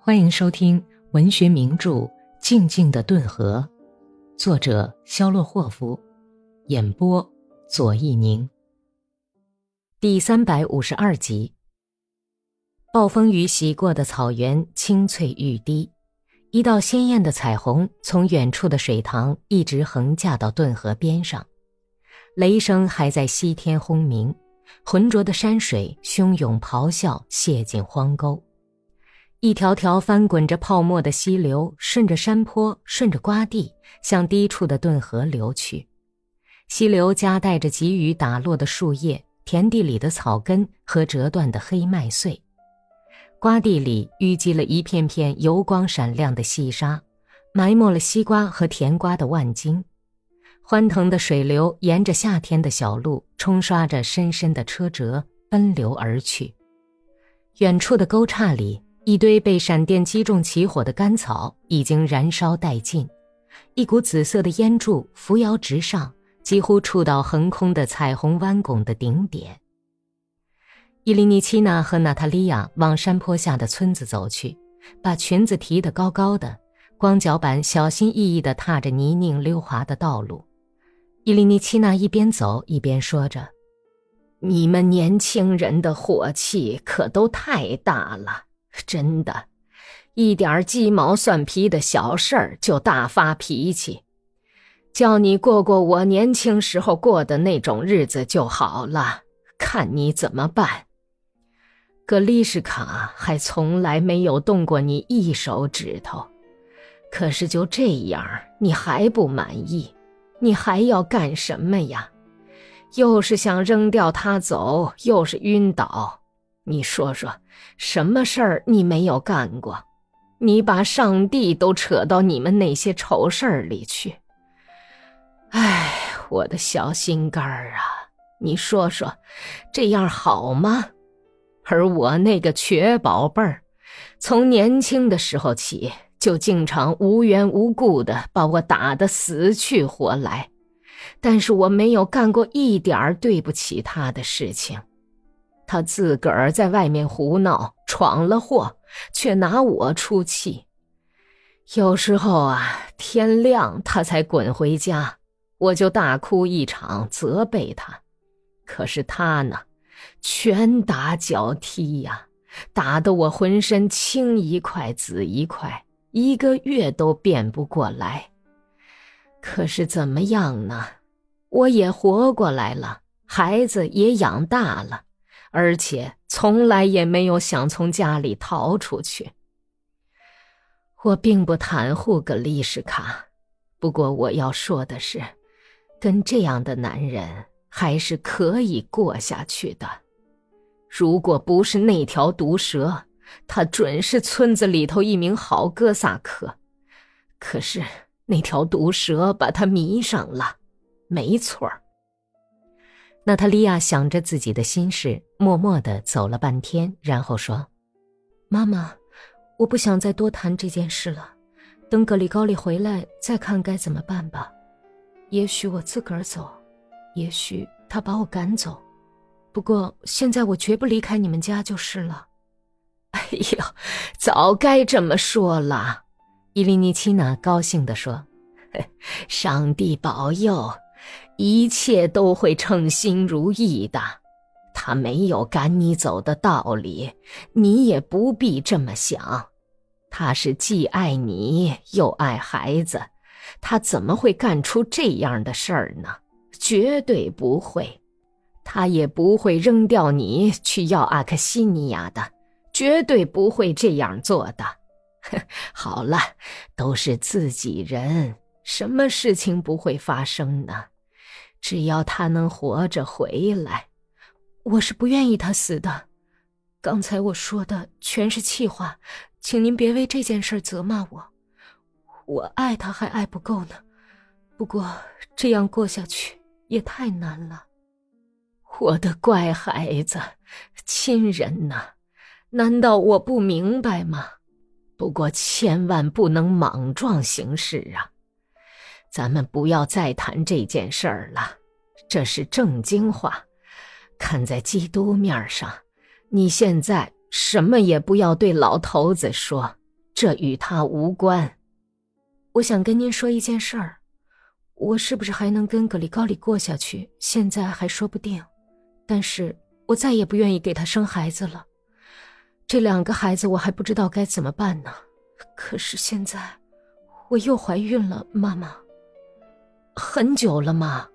欢迎收听文学名著《静静的顿河》，作者肖洛霍夫，演播左一宁。第352集。暴风雨洗过的草原青翠欲滴，一道鲜艳的彩虹从远处的水塘一直横架到顿河边上，雷声还在西天轰鸣，浑浊的山水汹涌咆哮泻进荒沟。一条条翻滚着泡沫的溪流顺着山坡，顺着洼地向低处的顿河流去。溪流夹带着急雨打落的树叶，田地里的草根和折断的黑麦穗。洼地里淤积了一片片油光闪亮的细沙，埋没了西瓜和甜瓜的万茎。欢腾的水流沿着夏天的小路冲刷着深深的车辙奔流而去。远处的沟岔里，一堆被闪电击中起火的干草已经燃烧殆尽，一股紫色的烟柱扶摇直上，几乎触到横空的彩虹弯拱的顶点。伊琳尼奇娜和娜塔莉亚往山坡下的村子走去，把裙子提得高高的，光脚板小心翼翼地踏着泥泞溜滑的道路。伊琳尼奇娜一边走一边说着：“你们年轻人的火气可都太大了，真的，一点鸡毛蒜皮的小事儿就大发脾气。叫你过过我年轻时候过的那种日子就好了，看你怎么办。格丽什卡还从来没有动过你一手指头，可是就这样，你还不满意？你还要干什么呀？又是想扔掉他走，又是晕倒。你说说，什么事儿你没有干过？你把上帝都扯到你们那些丑事儿里去。哎，我的小心肝儿啊，你说说，这样好吗？而我那个瘸宝贝儿，从年轻的时候起，就经常无缘无故的把我打得死去活来，但是我没有干过一点对不起他的事情。他自个儿在外面胡闹，闯了祸，却拿我出气。有时候啊，天亮他才滚回家，我就大哭一场，责备他。可是他呢，拳打脚踢呀，打得我浑身青一块紫一块，1个月都变不过来。可是怎么样呢？我也活过来了，孩子也养大了，而且从来也没有想从家里逃出去。我并不袒护格丽什卡，不过我要说的是，跟这样的男人还是可以过下去的。如果不是那条毒蛇，他准是村子里头一名好哥萨克。可是那条毒蛇把他迷上了，没错。娜塔莉亚想着自己的心事，默默地走了半天，然后说：“妈妈，我不想再多谈这件事了，等格里高利回来再看该怎么办吧。也许我自个儿走，也许他把我赶走，不过现在我绝不离开你们家就是了。”哎呦，早该这么说了，伊琳尼奇娜高兴地说：“上帝保佑，一切都会称心如意的。他没有赶你走的道理，你也不必这么想。他是既爱你又爱孩子，他怎么会干出这样的事儿呢？绝对不会。他也不会扔掉你去要阿克西尼亚的，绝对不会这样做的。好了，都是自己人，什么事情不会发生呢？只要他能活着回来。我是不愿意他死的，刚才我说的全是气话，请您别为这件事责骂我。我爱他还爱不够呢，不过这样过下去也太难了。我的乖孩子，亲人呐，难道我不明白吗？不过千万不能莽撞行事啊。咱们不要再谈这件事儿了，这是正经话。看在基督面上，你现在什么也不要对老头子说， 这与他无关。我想跟您说一件事儿，我是不是还能跟格里高里过下去，现在还说不定。但是我再也不愿意给他生孩子了。这2个孩子我还不知道该怎么办呢。可是现在我又怀孕了，妈妈。很久了吗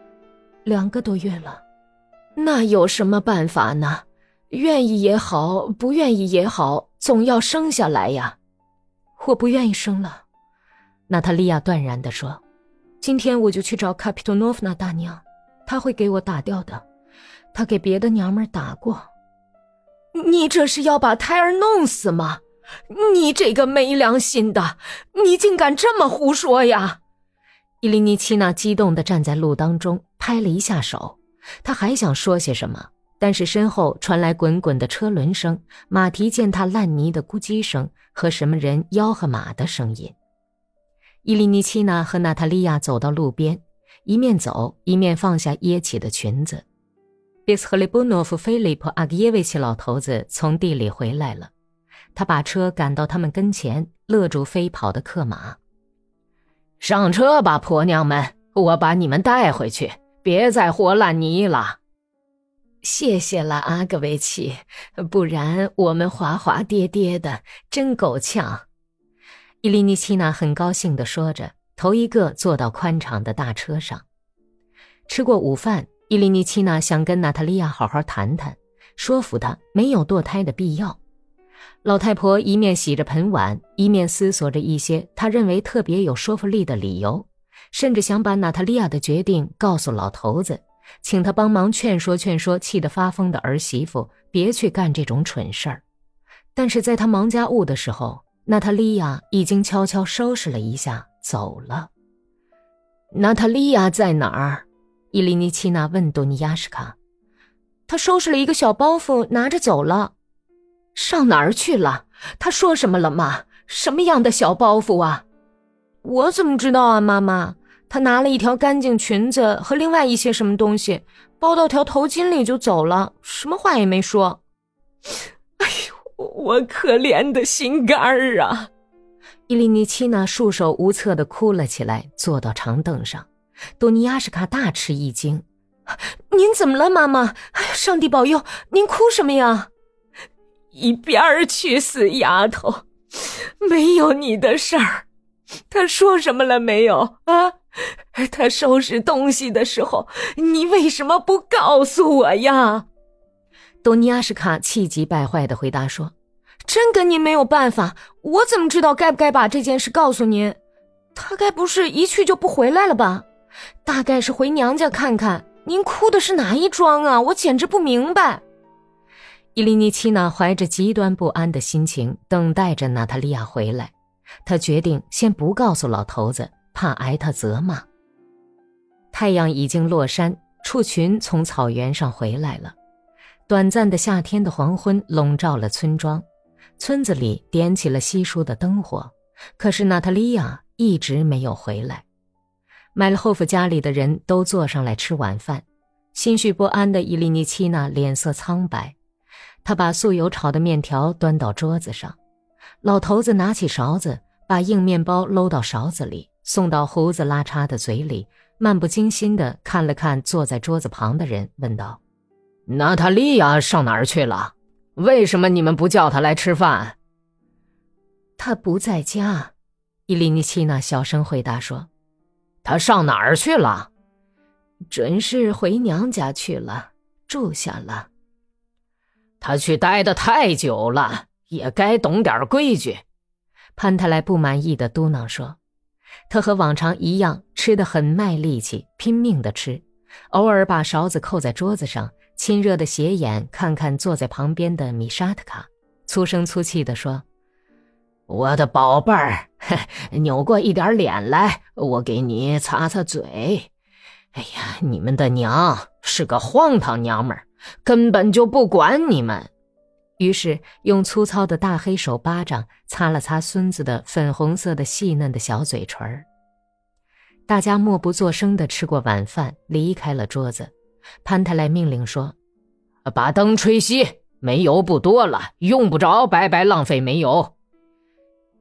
？2个多月了。那有什么办法呢？愿意也好，不愿意也好，总要生下来呀。我不愿意生了，娜塔莉亚断然地说。今天我就去找卡皮多诺夫娜大娘，她会给我打掉的。她给别的娘们打过。你这是要把胎儿弄死吗？你这个没良心的，你竟敢这么胡说呀！伊琳妮奇娜激动地站在路当中，拍了一下手。她还想说些什么，但是身后传来滚滚的车轮声、马蹄践踏烂泥的咕叽声和什么人吆喝马的声音。伊琳妮奇娜和娜塔莉亚走到路边，一面走一面放下掖起的裙子。别斯赫利波诺夫菲利普阿格耶维奇老头子从地里回来了，他把车赶到他们跟前，勒住飞跑的客马。上车吧，婆娘们，我把你们带回去，别再和烂泥了。谢谢了，阿格维奇，不然我们滑滑跌跌的，真够呛。伊琳妮奇娜很高兴地说着，头一个坐到宽敞的大车上。吃过午饭，伊琳妮奇娜想跟娜塔莉亚好好谈谈，说服她没有堕胎的必要。老太婆一面洗着盆碗，一面思索着一些她认为特别有说服力的理由，甚至想把娜塔莉亚的决定告诉老头子，请他帮忙劝说劝说气得发疯的儿媳妇别去干这种蠢事儿。但是在他忙家务的时候，娜塔莉亚已经悄悄收拾了一下走了。娜塔莉亚在哪儿？伊琳妮奇娜问多尼亚什卡。她收拾了一个小包袱拿着走了。上哪儿去了？她说什么了吗？什么样的小包袱啊？我怎么知道啊，妈妈？她拿了一条干净裙子和另外一些什么东西，包到条头巾里就走了，什么话也没说。哎呦，我可怜的心肝儿啊！伊琳妮奇娜束手无策地哭了起来，坐到长凳上。多尼亚什卡大吃一惊。您怎么了，妈妈？哎呀，上帝保佑，您哭什么呀？一边儿去，死丫头，没有你的事儿。他说什么了没有啊？他收拾东西的时候，你为什么不告诉我呀？多尼亚什卡气急败坏地回答说，真跟您没有办法，我怎么知道该不该把这件事告诉您？他该不是一去就不回来了吧？大概是回娘家看看。您哭的是哪一桩啊？我简直不明白。伊琳妮奇娜怀着极端不安的心情等待着娜塔莉亚回来，她决定先不告诉老头子，怕挨他责骂。太阳已经落山，畜群从草原上回来了。短暂的夏天的黄昏笼罩了村庄，村子里点起了稀疏的灯火，可是娜塔莉亚一直没有回来。麦勒霍夫家里的人都坐上来吃晚饭，心绪不安的伊琳妮奇娜脸色苍白，她把素油炒的面条端到桌子上。老头子拿起勺子，把硬面包搂到勺子里，送到胡子拉碴的嘴里，漫不经心地看了看坐在桌子旁的人，问道：娜塔莉亚上哪儿去了？为什么你们不叫她来吃饭？她不在家，伊琳妮奇娜小声回答说。她上哪儿去了？准是回娘家去了，住下了。她去待得太久了，也该懂点规矩。潘特莱不满意地嘟囔说。他和往常一样，吃得很卖力气，拼命地吃，偶尔把勺子扣在桌子上，亲热的斜眼看看坐在旁边的米沙特卡，粗声粗气地说：我的宝贝儿，扭过一点脸来，我给你擦擦嘴。哎呀，你们的娘是个荒唐娘们儿，根本就不管你们。于是用粗糙的大黑手巴掌擦了擦孙子的粉红色的细嫩的小嘴唇。大家默不作声地吃过晚饭，离开了桌子。潘特莱命令说：把灯吹熄，煤油不多了，用不着白白浪费煤油。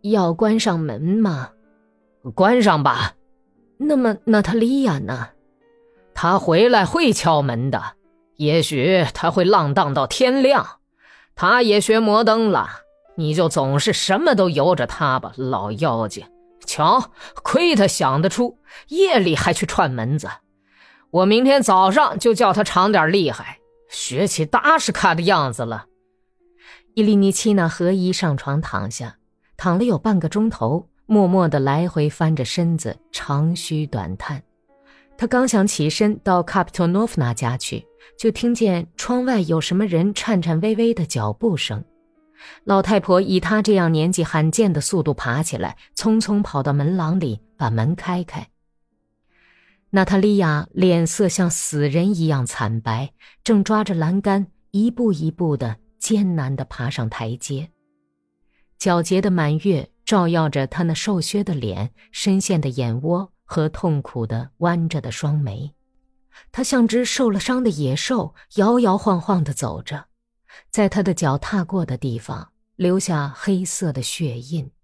要关上门吗？ 关上吧。 那么娜塔莉亚呢？ 她回来会敲门的，也许她会浪荡到天亮。她也学摩登了，你就总是什么都由着她吧，老妖精。瞧，亏她想得出，夜里还去串门子。我明天早上就叫她尝点厉害，学起达什卡的样子了。 伊利尼奇娜合衣上床躺下，躺了有半个钟头，默默地来回翻着身子，长吁短叹。他刚想起身到卡皮托诺夫娜家去，就听见窗外有什么人颤颤巍巍的脚步声。老太婆以她这样年纪罕见的速度爬起来，匆匆跑到门廊里，把门开开。娜塔莉亚脸色像死人一样惨白，正抓着栏杆，一步一步地艰难地爬上台阶。皎洁的满月照耀着她那瘦削的脸、深陷的眼窝和痛苦地弯着的双眉。她像只受了伤的野兽，摇摇晃晃地走着，在她的脚踏过的地方留下黑色的血印。